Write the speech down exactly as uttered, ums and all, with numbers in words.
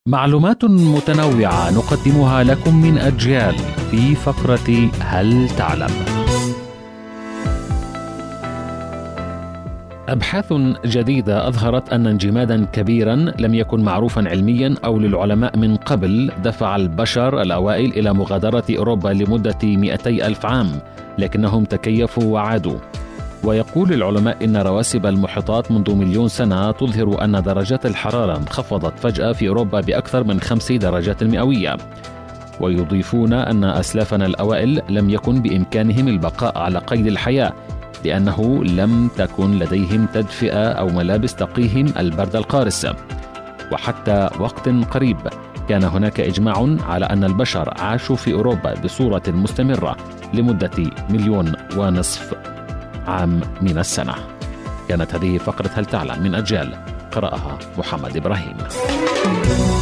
معلومات متنوعة نقدمها لكم من أجيال في فقرة هل تعلم؟ أبحاث جديدة أظهرت أن انجمادا كبيرا لم يكن معروفا علميا أو للعلماء من قبل دفع البشر الأوائل إلى مغادرة أوروبا لمدة مئتي ألف عام، لكنهم تكيفوا وعادوا. ويقول العلماء إن رواسب المحيطات منذ مليون سنة تظهر أن درجات الحرارة انخفضت فجأة في أوروبا بأكثر من خمس درجات مئوية. ويضيفون أن أسلافنا الأوائل لم يكن بإمكانهم البقاء على قيد الحياة، لأنه لم تكن لديهم تدفئة أو ملابس تقيهم البرد القارس. وحتى وقت قريب كان هناك إجماع على أن البشر عاشوا في أوروبا بصورة مستمرة لمدة مليون ونصف عام من السنة. كانت هذه فقرة هل تعلم من أجيال، قرأها محمد إبراهيم.